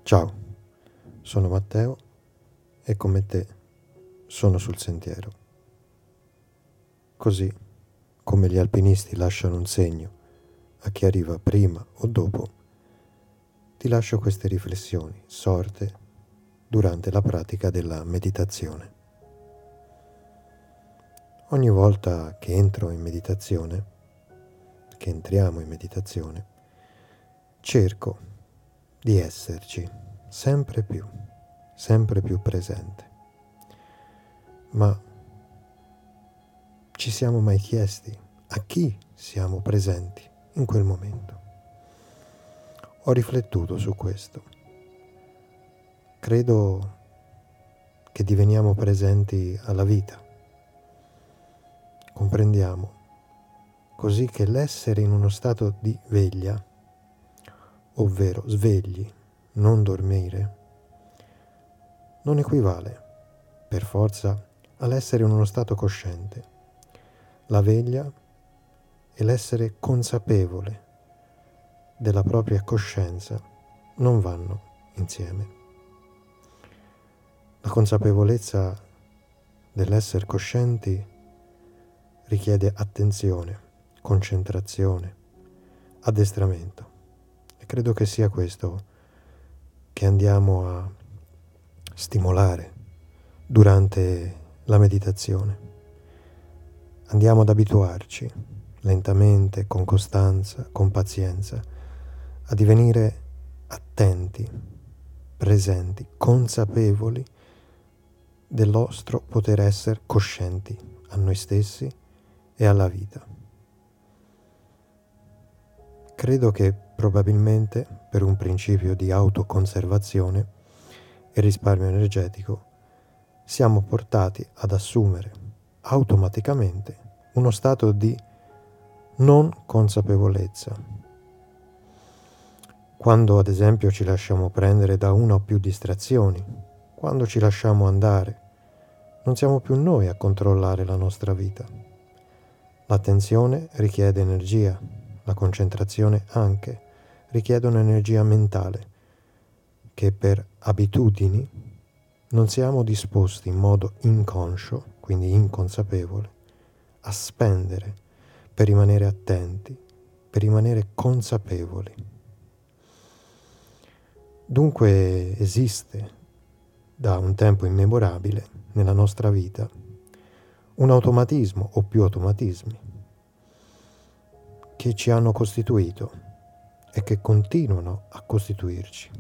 Ciao, sono Matteo e come te sono sul sentiero. Così, come gli alpinisti lasciano un segno a chi arriva prima o dopo, ti lascio queste riflessioni sorte durante la pratica della meditazione. Ogni volta che entriamo in meditazione, cerco di esserci sempre più presente. Ma ci siamo mai chiesti a chi siamo presenti in quel momento? Ho riflettuto su questo. Credo che diveniamo presenti alla vita. Comprendiamo così che l'essere in uno stato di veglia, ovvero svegli, non dormire, non equivale per forza all'essere in uno stato cosciente. La veglia e l'essere consapevole della propria coscienza non vanno insieme. La consapevolezza dell'essere coscienti richiede attenzione, concentrazione, addestramento. E credo che sia questo che andiamo a stimolare durante la meditazione. Andiamo ad abituarci lentamente, con costanza, con pazienza, a divenire attenti, presenti, consapevoli del nostro poter essere coscienti a noi stessi e alla vita. Credo che probabilmente per un principio di autoconservazione e risparmio energetico siamo portati ad assumere automaticamente uno stato di non consapevolezza. Quando ad esempio ci lasciamo prendere da una o più distrazioni, quando ci lasciamo andare, non siamo più noi a controllare la nostra vita. L'attenzione richiede energia, la concentrazione anche, richiedono energia mentale, che per abitudini non siamo disposti in modo inconscio, quindi inconsapevole, a spendere per rimanere attenti, per rimanere consapevoli. Dunque esiste da un tempo immemorabile nella nostra vita un automatismo o più automatismi che ci hanno costituito e che continuano a costituirci.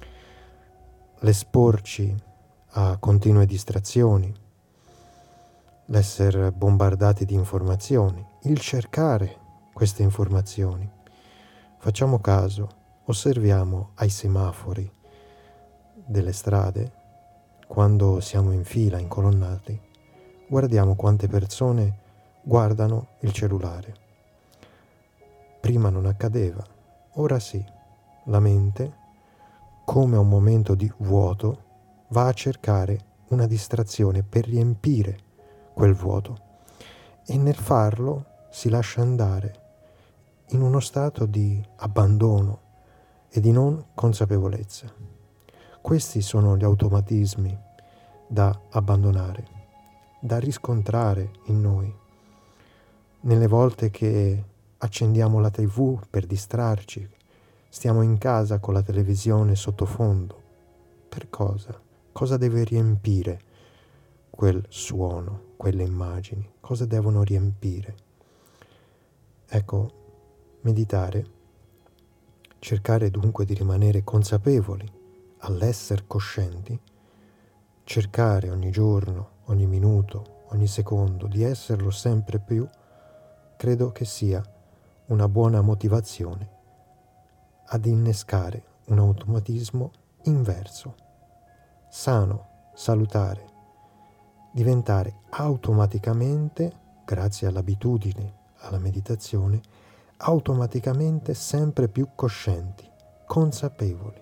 L'esporci a continue distrazioni, l'essere bombardati di informazioni, il cercare queste informazioni. Facciamo caso, osserviamo ai semafori delle strade, quando siamo in fila, incolonnati, guardiamo quante persone guardano il cellulare. Prima non accadeva, ora sì. La mente, come a un momento di vuoto, va a cercare una distrazione per riempire quel vuoto e nel farlo si lascia andare in uno stato di abbandono e di non consapevolezza. Questi sono gli automatismi da abbandonare, da riscontrare in noi. Nelle volte che accendiamo la TV per distrarci, stiamo in casa con la televisione sottofondo. Per cosa? Cosa deve riempire quel suono, quelle immagini? Cosa devono riempire? Ecco, meditare, cercare dunque di rimanere consapevoli all'essere coscienti, cercare ogni giorno, ogni minuto, ogni secondo di esserlo sempre più, credo che sia una buona motivazione ad innescare un automatismo inverso, sano, salutare, diventare automaticamente, grazie all'abitudine, alla meditazione, automaticamente sempre più coscienti, consapevoli.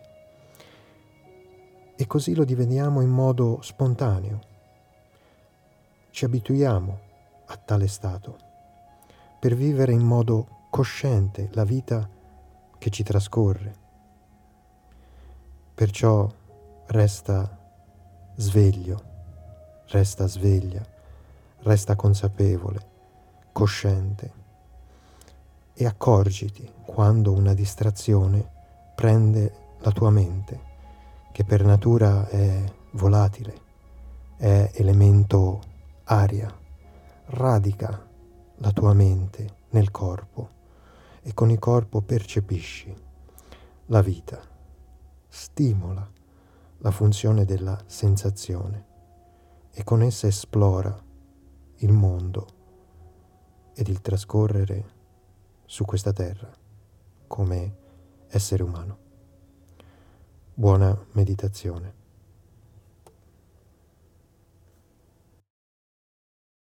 E così lo diveniamo in modo spontaneo. Ci abituiamo a tale stato per vivere in modo cosciente la vita che ci trascorre. Perciò resta sveglio, resta sveglia, resta consapevole, cosciente e accorgiti quando una distrazione prende la tua mente, che per natura è volatile, è elemento aria, radica la tua mente nel corpo e con il corpo percepisci la vita, stimola la funzione della sensazione e con essa esplora il mondo ed il trascorrere su questa terra come essere umano. Buona meditazione.